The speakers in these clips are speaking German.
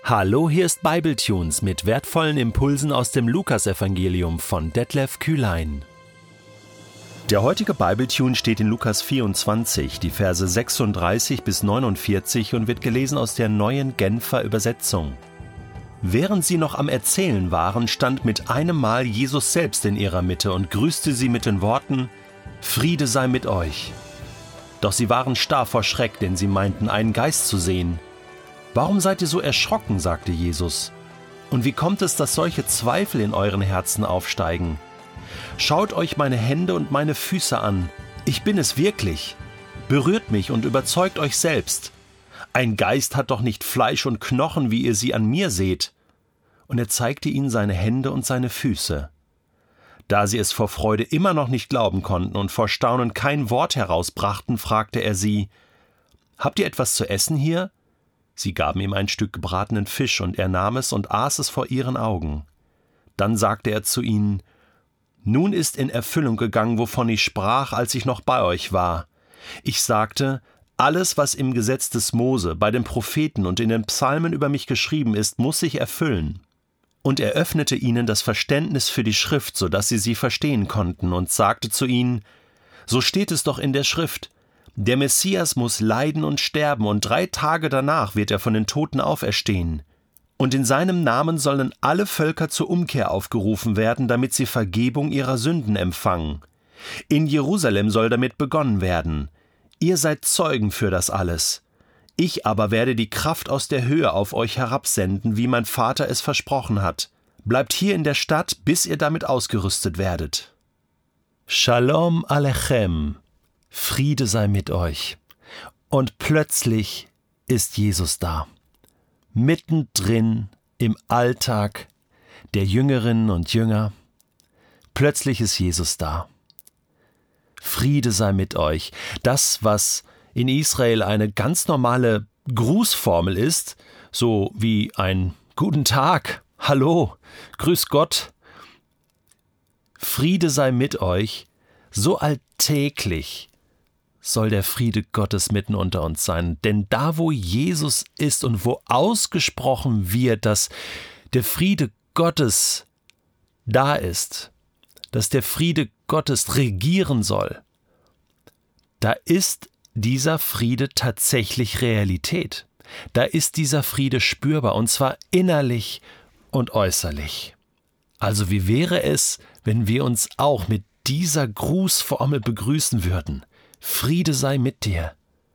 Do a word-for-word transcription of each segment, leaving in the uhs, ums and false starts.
Hallo, hier ist Bibletunes mit wertvollen Impulsen aus dem Lukasevangelium von Detlef Kühlein. Der heutige Bibletune steht in Lukas vierundzwanzig, die Verse sechsunddreißig bis neunundvierzig und wird gelesen aus der neuen Genfer Übersetzung. Während sie noch am Erzählen waren, stand mit einem Mal Jesus selbst in ihrer Mitte und grüßte sie mit den Worten: Friede sei mit euch. Doch sie waren starr vor Schreck, denn sie meinten, einen Geist zu sehen. Warum seid ihr so erschrocken, sagte Jesus. Und wie kommt es, dass solche Zweifel in euren Herzen aufsteigen? Schaut euch meine Hände und meine Füße an. Ich bin es wirklich. Berührt mich und überzeugt euch selbst. Ein Geist hat doch nicht Fleisch und Knochen, wie ihr sie an mir seht. Und er zeigte ihnen seine Hände und seine Füße. Da sie es vor Freude immer noch nicht glauben konnten und vor Staunen kein Wort herausbrachten, fragte er sie: Habt ihr etwas zu essen hier? Sie gaben ihm ein Stück gebratenen Fisch, und er nahm es und aß es vor ihren Augen. Dann sagte er zu ihnen: Nun ist in Erfüllung gegangen, wovon ich sprach, als ich noch bei euch war. Ich sagte: Alles, was im Gesetz des Mose, bei den Propheten und in den Psalmen über mich geschrieben ist, muss sich erfüllen. Und er öffnete ihnen das Verständnis für die Schrift, so dass sie sie verstehen konnten, und sagte zu ihnen: So steht es doch in der Schrift: Der Messias muss leiden und sterben, und drei Tage danach wird er von den Toten auferstehen. Und in seinem Namen sollen alle Völker zur Umkehr aufgerufen werden, damit sie Vergebung ihrer Sünden empfangen. In Jerusalem soll damit begonnen werden. Ihr seid Zeugen für das alles. Ich aber werde die Kraft aus der Höhe auf euch herabsenden, wie mein Vater es versprochen hat. Bleibt hier in der Stadt, bis ihr damit ausgerüstet werdet. Shalom Alechem. Friede sei mit euch. Und plötzlich ist Jesus da. Mittendrin im Alltag der Jüngerinnen und Jünger. Plötzlich ist Jesus da. Friede sei mit euch. Das, was in Israel eine ganz normale Grußformel ist, so wie ein Guten Tag, Hallo, Grüß Gott, Friede sei mit euch, so alltäglich soll der Friede Gottes mitten unter uns sein. Denn da, wo Jesus ist und wo ausgesprochen wird, dass der Friede Gottes da ist, dass der Friede Gottes regieren soll, da ist dieser Friede tatsächlich Realität. Da ist dieser Friede spürbar, und zwar innerlich und äußerlich. Also wie wäre es, wenn wir uns auch mit dieser Grußformel begrüßen würden? Friede sei mit dir.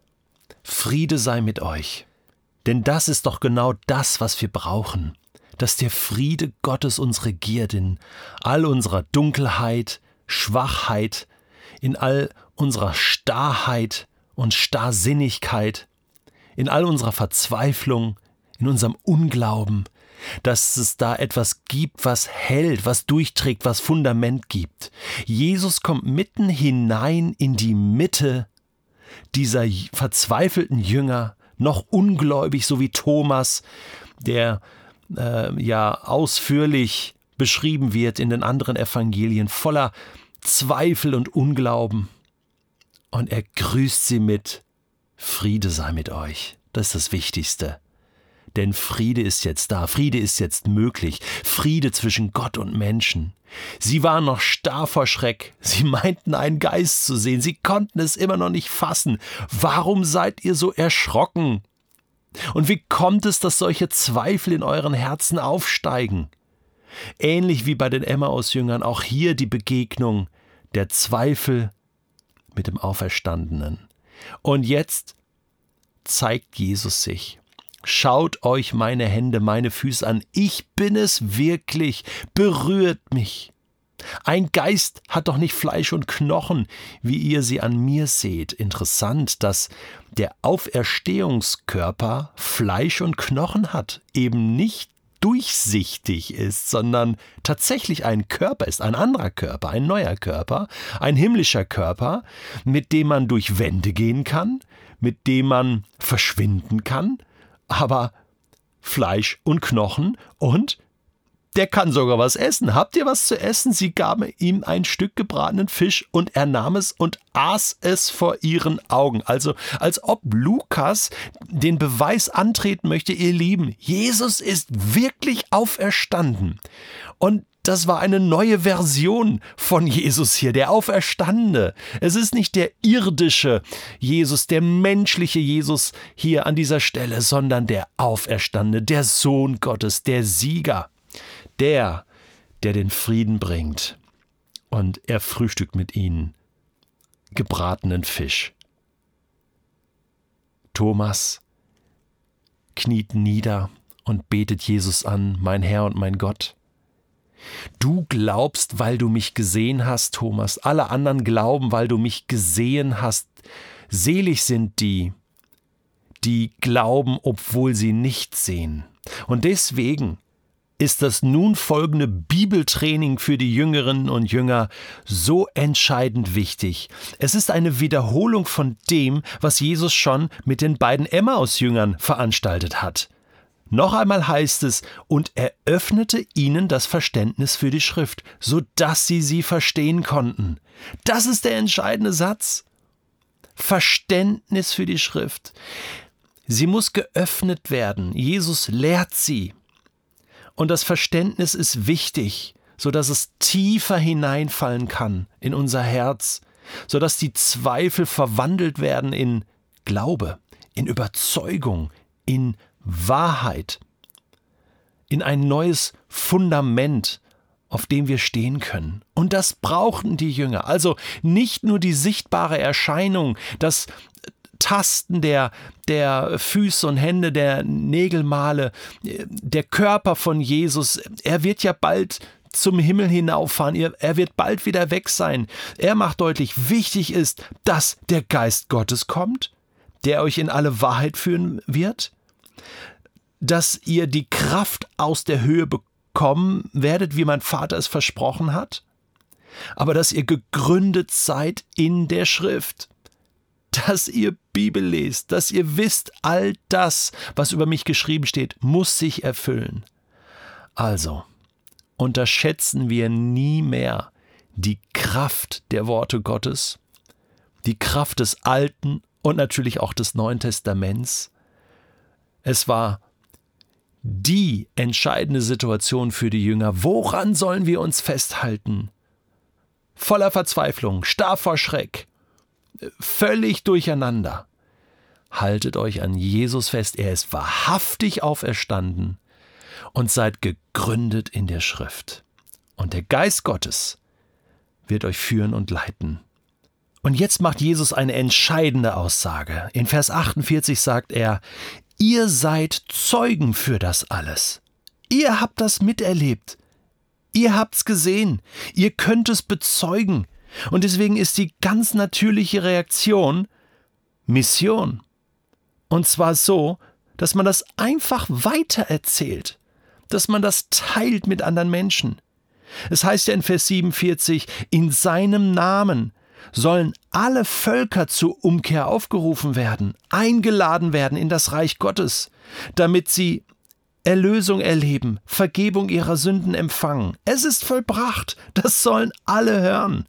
Friede sei mit euch. Denn das ist doch genau das, was wir brauchen. Dass der Friede Gottes uns regiert in all unserer Dunkelheit, Schwachheit, in all unserer Starrheit und Starrsinnigkeit, in all unserer Verzweiflung, in unserem Unglauben, dass es da etwas gibt, was hält, was durchträgt, was Fundament gibt. Jesus kommt mitten hinein in die Mitte dieser verzweifelten Jünger, noch ungläubig, so wie Thomas, der äh, ja ausführlich beschrieben wird in den anderen Evangelien, voller Zweifel und Unglauben. Und er grüßt sie mit: Friede sei mit euch. Das ist das Wichtigste. Denn Friede ist jetzt da, Friede ist jetzt möglich, Friede zwischen Gott und Menschen. Sie waren noch starr vor Schreck, sie meinten, einen Geist zu sehen, sie konnten es immer noch nicht fassen. Warum seid ihr so erschrocken? Und wie kommt es, dass solche Zweifel in euren Herzen aufsteigen? Ähnlich wie bei den Emmaus-Jüngern, auch hier die Begegnung der Zweifel mit dem Auferstandenen. Und jetzt zeigt Jesus sich. Schaut euch meine Hände, meine Füße an. Ich bin es wirklich. Berührt mich. Ein Geist hat doch nicht Fleisch und Knochen, wie ihr sie an mir seht. Interessant, dass der Auferstehungskörper Fleisch und Knochen hat, eben nicht durchsichtig ist, sondern tatsächlich ein Körper ist, ein anderer Körper, ein neuer Körper, ein himmlischer Körper, mit dem man durch Wände gehen kann, mit dem man verschwinden kann, aber Fleisch und Knochen und der kann sogar was essen. Habt ihr was zu essen? Sie gaben ihm ein Stück gebratenen Fisch und er nahm es und aß es vor ihren Augen. Also als ob Lukas den Beweis antreten möchte, ihr Lieben, Jesus ist wirklich auferstanden. Und das war eine neue Version von Jesus hier, der Auferstandene. Es ist nicht der irdische Jesus, der menschliche Jesus hier an dieser Stelle, sondern der Auferstandene, der Sohn Gottes, der Sieger, der, der den Frieden bringt. Und er frühstückt mit ihnen gebratenen Fisch. Thomas kniet nieder und betet Jesus an, mein Herr und mein Gott. Du glaubst, weil du mich gesehen hast, Thomas. Alle anderen glauben, weil du mich gesehen hast. Selig sind die, die glauben, obwohl sie nicht sehen. Und deswegen ist das nun folgende Bibeltraining für die Jüngerinnen und Jünger so entscheidend wichtig. Es ist eine Wiederholung von dem, was Jesus schon mit den beiden Emmaus-Jüngern veranstaltet hat. Noch einmal heißt es, und er öffnete ihnen das Verständnis für die Schrift, sodass sie sie verstehen konnten. Das ist der entscheidende Satz. Verständnis für die Schrift. Sie muss geöffnet werden. Jesus lehrt sie. Und das Verständnis ist wichtig, sodass es tiefer hineinfallen kann in unser Herz, sodass die Zweifel verwandelt werden in Glaube, in Überzeugung, in Wahrheit, in ein neues Fundament, auf dem wir stehen können. Und das brauchten die Jünger. Also nicht nur die sichtbare Erscheinung, das Tasten der, der Füße und Hände, der Nägelmale, der Körper von Jesus. Er wird ja bald zum Himmel hinauffahren, er wird bald wieder weg sein. Er macht deutlich, wichtig ist, dass der Geist Gottes kommt, der euch in alle Wahrheit führen wird, dass ihr die Kraft aus der Höhe bekommen werdet, wie mein Vater es versprochen hat, aber dass ihr gegründet seid in der Schrift, dass ihr Bibel lest, dass ihr wisst, all das, was über mich geschrieben steht, muss sich erfüllen. Also, unterschätzen wir nie mehr die Kraft der Worte Gottes, die Kraft des Alten und natürlich auch des Neuen Testaments. Es war die entscheidende Situation für die Jünger. Woran sollen wir uns festhalten? Voller Verzweiflung, starr vor Schreck, völlig durcheinander. Haltet euch an Jesus fest, er ist wahrhaftig auferstanden und seid gegründet in der Schrift. Und der Geist Gottes wird euch führen und leiten. Und jetzt macht Jesus eine entscheidende Aussage. In Vers achtundvierzig sagt er, ihr seid Zeugen für das alles. Ihr habt das miterlebt. Ihr habt's gesehen. Ihr könnt es bezeugen. Und deswegen ist die ganz natürliche Reaktion Mission. Und zwar so, dass man das einfach weitererzählt, dass man das teilt mit anderen Menschen. Es heißt ja in Vers siebenundvierzig, in seinem Namen sollen alle Völker zur Umkehr aufgerufen werden, eingeladen werden in das Reich Gottes, damit sie Erlösung erleben, Vergebung ihrer Sünden empfangen. Es ist vollbracht, das sollen alle hören.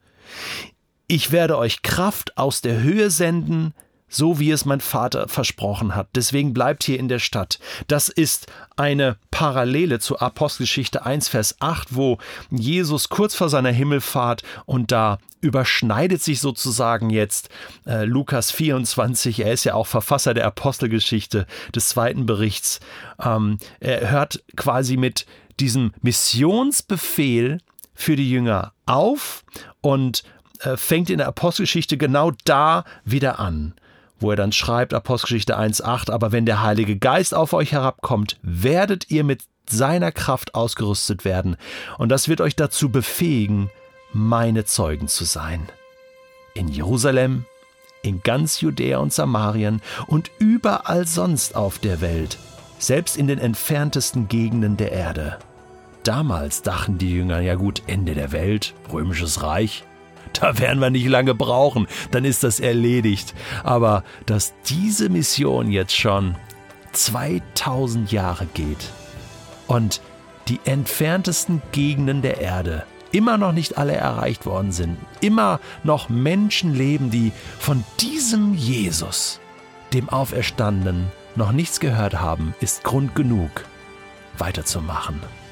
Ich werde euch Kraft aus der Höhe senden, so wie es mein Vater versprochen hat. Deswegen bleibt hier in der Stadt. Das ist eine Parallele zu Apostelgeschichte eins, Vers acht, wo Jesus kurz vor seiner Himmelfahrt, und da überschneidet sich sozusagen jetzt äh, Lukas vierundzwanzig, er ist ja auch Verfasser der Apostelgeschichte des zweiten Berichts, ähm, er hört quasi mit diesem Missionsbefehl für die Jünger auf und äh, fängt in der Apostelgeschichte genau da wieder an, wo er dann schreibt, Apostelgeschichte eins, acht, aber wenn der Heilige Geist auf euch herabkommt, werdet ihr mit seiner Kraft ausgerüstet werden. Und das wird euch dazu befähigen, meine Zeugen zu sein. In Jerusalem, in ganz Judäa und Samarien und überall sonst auf der Welt, selbst in den entferntesten Gegenden der Erde. Damals dachten die Jünger, ja gut, Ende der Welt, römisches Reich, da werden wir nicht lange brauchen, dann ist das erledigt. Aber dass diese Mission jetzt schon zweitausend Jahre geht und die entferntesten Gegenden der Erde immer noch nicht alle erreicht worden sind, immer noch Menschen leben, die von diesem Jesus, dem Auferstandenen, noch nichts gehört haben, ist Grund genug, weiterzumachen.